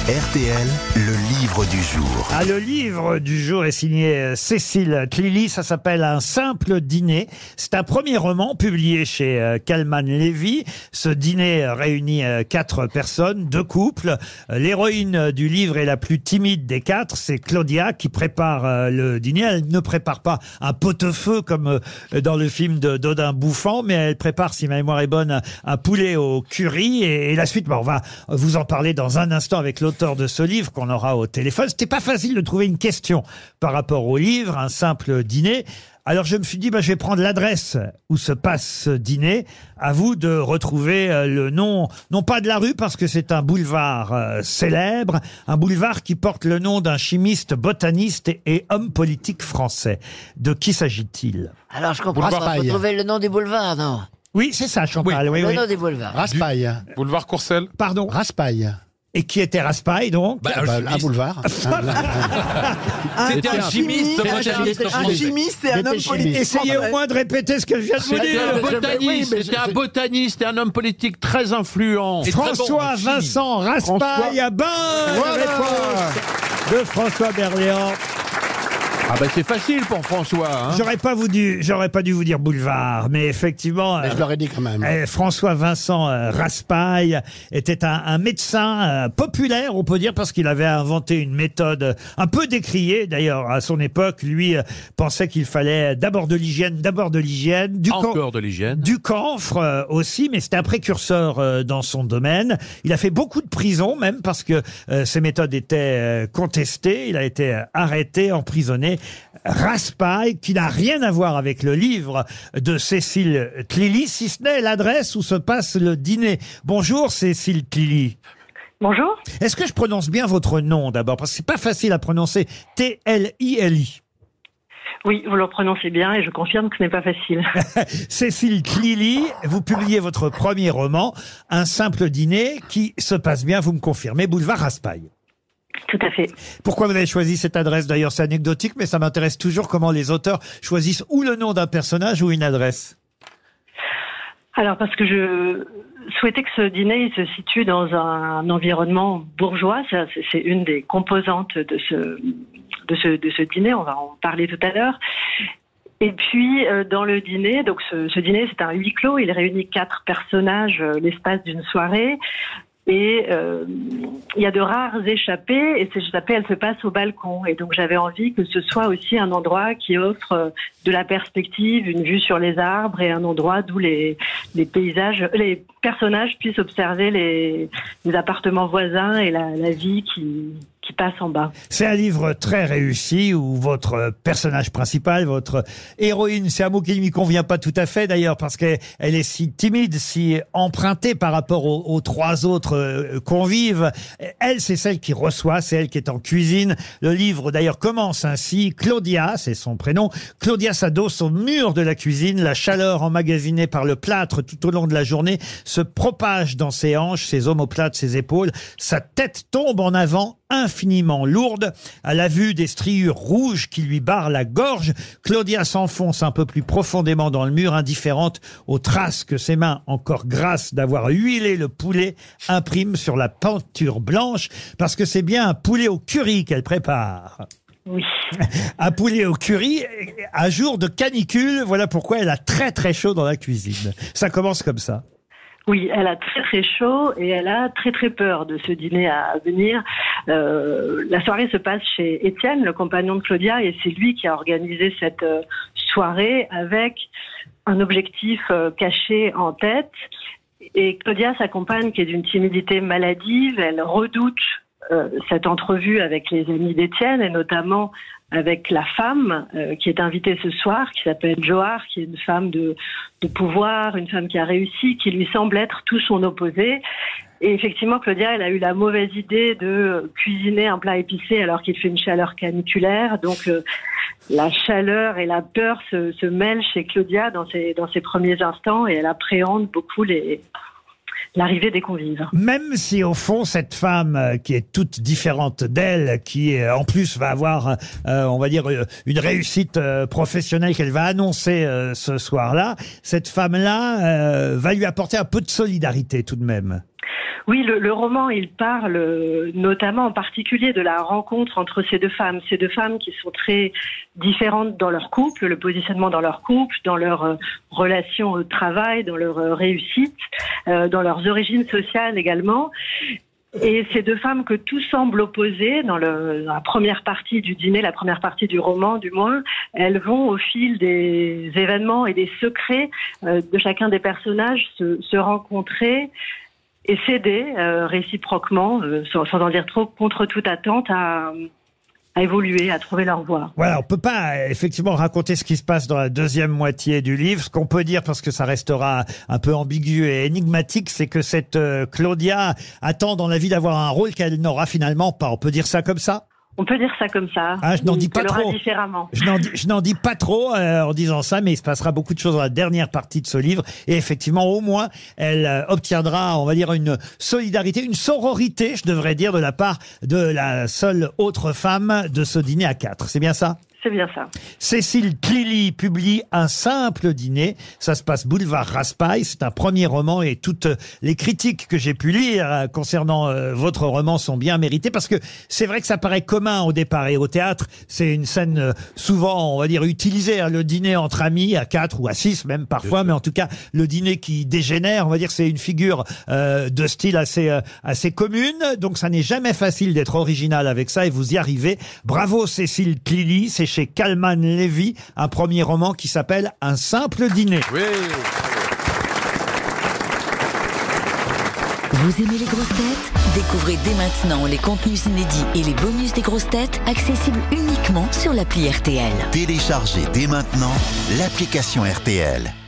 RTL, le livre du jour. Ah, le livre du jour est signé Cécile Clily, ça s'appelle Un simple dîner. C'est un premier roman publié chez Calman Levy. Ce dîner réunit 4 personnes, 2 couples. L'héroïne du livre est la plus timide des 4, c'est Claudia qui prépare le dîner. Elle ne prépare pas un pot-au-feu comme dans le film de Dodin Bouffant, mais elle prépare, si ma mémoire est bonne, un poulet au curry. Et la suite, on va vous en parler dans un instant avec l'auteur de ce livre qu'on aura au téléphone. C'était pas facile de trouver une question par rapport au livre, Un simple dîner. Alors je me suis dit, je vais prendre l'adresse où se passe ce dîner. À vous de retrouver le nom, non pas de la rue parce que c'est un boulevard célèbre, un boulevard qui porte le nom d'un chimiste, botaniste et homme politique français. De qui s'agit-il? Alors je comprends pas, faut trouver le nom du boulevard, non? Oui, c'est ça, Chantal. Oui, le nom du boulevard. Raspail. Boulevard Courcelles. Pardon. Raspail. Et qui était Raspail, donc? Un boulevard. C'était un chimiste. Un chimiste et un homme politique. Essayez au moins de répéter ce que je viens de vous dire. C'était un botaniste et un homme politique très influent. François Vincent Raspail, à bonne réponse de François Berléand. Ah c'est facile pour François. Hein. J'aurais pas dû vous dire boulevard, mais effectivement. Mais je l'aurais dit quand même. François Vincent Raspail était un médecin populaire, on peut dire, parce qu'il avait inventé une méthode un peu décriée. D'ailleurs, à son époque, lui pensait qu'il fallait d'abord de l'hygiène, Encore de l'hygiène. du camphre aussi, mais c'était un précurseur dans son domaine. Il a fait beaucoup de prisons, même parce que ses méthodes étaient contestées. Il a été arrêté, emprisonné. Raspail, qui n'a rien à voir avec le livre de Cécile Clily, si ce n'est l'adresse où se passe le dîner. Bonjour Cécile Clily. Bonjour. Est-ce que je prononce bien votre nom d'abord? Parce que c'est pas facile à prononcer. T-L-I-L-I. Oui, vous le prononcez bien et je confirme que ce n'est pas facile. Cécile Clily, vous publiez votre premier roman, Un simple dîner, qui se passe bien, vous me confirmez, boulevard Raspail. Tout à fait. Pourquoi vous avez choisi cette adresse? D'ailleurs, c'est anecdotique, mais ça m'intéresse toujours comment les auteurs choisissent ou le nom d'un personnage ou une adresse. Alors, parce que je souhaitais que ce dîner il se situe dans un environnement bourgeois. Ça, c'est une des composantes de ce dîner. On va en parler tout à l'heure. Et puis, dans le dîner, donc ce dîner, c'est un huis clos. Il réunit 4 personnages l'espace d'une soirée. Et il y a de rares échappées, et ces échappées, elles se passent au balcon. Et donc j'avais envie que ce soit aussi un endroit qui offre de la perspective, une vue sur les arbres, et un endroit d'où les personnages puissent observer les appartements voisins et la vie qui passe en bas. C'est un livre très réussi où votre personnage principal, votre héroïne, c'est un mot qui ne lui convient pas tout à fait d'ailleurs parce qu'elle est si timide, si empruntée par rapport aux 3 autres convives. Elle, c'est celle qui reçoit, c'est elle qui est en cuisine. Le livre d'ailleurs commence ainsi. Claudia, c'est son prénom. Claudia s'adosse au mur de la cuisine. La chaleur emmagasinée par le plâtre tout au long de la journée se propage dans ses hanches, ses omoplates, ses épaules. Sa tête tombe en avant, infiniment lourde. À la vue des striures rouges qui lui barrent la gorge, Claudia s'enfonce un peu plus profondément dans le mur, indifférente aux traces que ses mains, encore grasses d'avoir huilé le poulet, impriment sur la peinture blanche, parce que c'est bien un poulet au curry qu'elle prépare. Oui. Un poulet au curry, à jour de canicule, voilà pourquoi elle a très très chaud dans la cuisine. Ça commence comme ça. Oui, elle a très très chaud et elle a très très peur de ce dîner à venir. La soirée se passe chez Étienne, le compagnon de Claudia, et c'est lui qui a organisé cette soirée avec un objectif caché en tête. Et Claudia, sa compagne, qui est d'une timidité maladive, elle redoute cette entrevue avec les amis d'Étienne et notamment avec la femme qui est invitée ce soir, qui s'appelle Johar, qui est une femme de pouvoir, une femme qui a réussi, qui lui semble être tout son opposé. Et effectivement, Claudia, elle a eu la mauvaise idée de cuisiner un plat épicé alors qu'il fait une chaleur caniculaire. Donc la chaleur et la peur se mêlent chez Claudia dans ses premiers instants et elle appréhende beaucoup l'arrivée des convives. Même si au fond cette femme qui est toute différente d'elle, qui en plus va avoir, on va dire, une réussite professionnelle qu'elle va annoncer ce soir-là, cette femme-là va lui apporter un peu de solidarité tout de même. Oui, le roman, il parle notamment en particulier de la rencontre entre ces deux femmes qui sont très différentes dans leur couple, le positionnement dans leur couple, dans leur relation au travail, dans leur réussite, dans leurs origines sociales également. Et ces deux femmes que tout semble opposer dans la première partie du dîner, la première partie du roman du moins, elles vont au fil des événements et des secrets de chacun des personnages se rencontrer et s'aider réciproquement, sans en dire trop, contre toute attente à évoluer, à trouver leur voie. Voilà, on peut pas effectivement raconter ce qui se passe dans la deuxième moitié du livre. Ce qu'on peut dire, parce que ça restera un peu ambigu et énigmatique, c'est que cette Claudia attend dans la vie d'avoir un rôle qu'elle n'aura finalement pas. On peut dire ça comme ça ? On peut dire ça comme ça. Ah, je n'en dis pas trop. Différemment. Je n'en dis pas trop en disant ça, mais il se passera beaucoup de choses dans la dernière partie de ce livre. Et effectivement, au moins, elle obtiendra, on va dire, une solidarité, une sororité, je devrais dire, de la part de la seule autre femme de ce dîner à 4. C'est bien ça ? C'est bien ça. Cécile Clélie publie Un simple dîner. Ça se passe boulevard Raspail. C'est un premier roman et toutes les critiques que j'ai pu lire concernant votre roman sont bien méritées parce que c'est vrai que ça paraît commun au départ et au théâtre. C'est une scène souvent, on va dire, utilisée. Le dîner entre amis à 4 ou à 6 même parfois, mais en tout cas le dîner qui dégénère, on va dire, c'est une figure de style assez commune. Donc ça n'est jamais facile d'être original avec ça et vous y arrivez. Bravo Cécile Clélie. C'est chez Kalman Levy, un premier roman qui s'appelle Un simple dîner. Oui. Vous aimez les grosses têtes ? Découvrez dès maintenant les contenus inédits et les bonus des grosses têtes accessibles uniquement sur l'appli RTL. Téléchargez dès maintenant l'application RTL.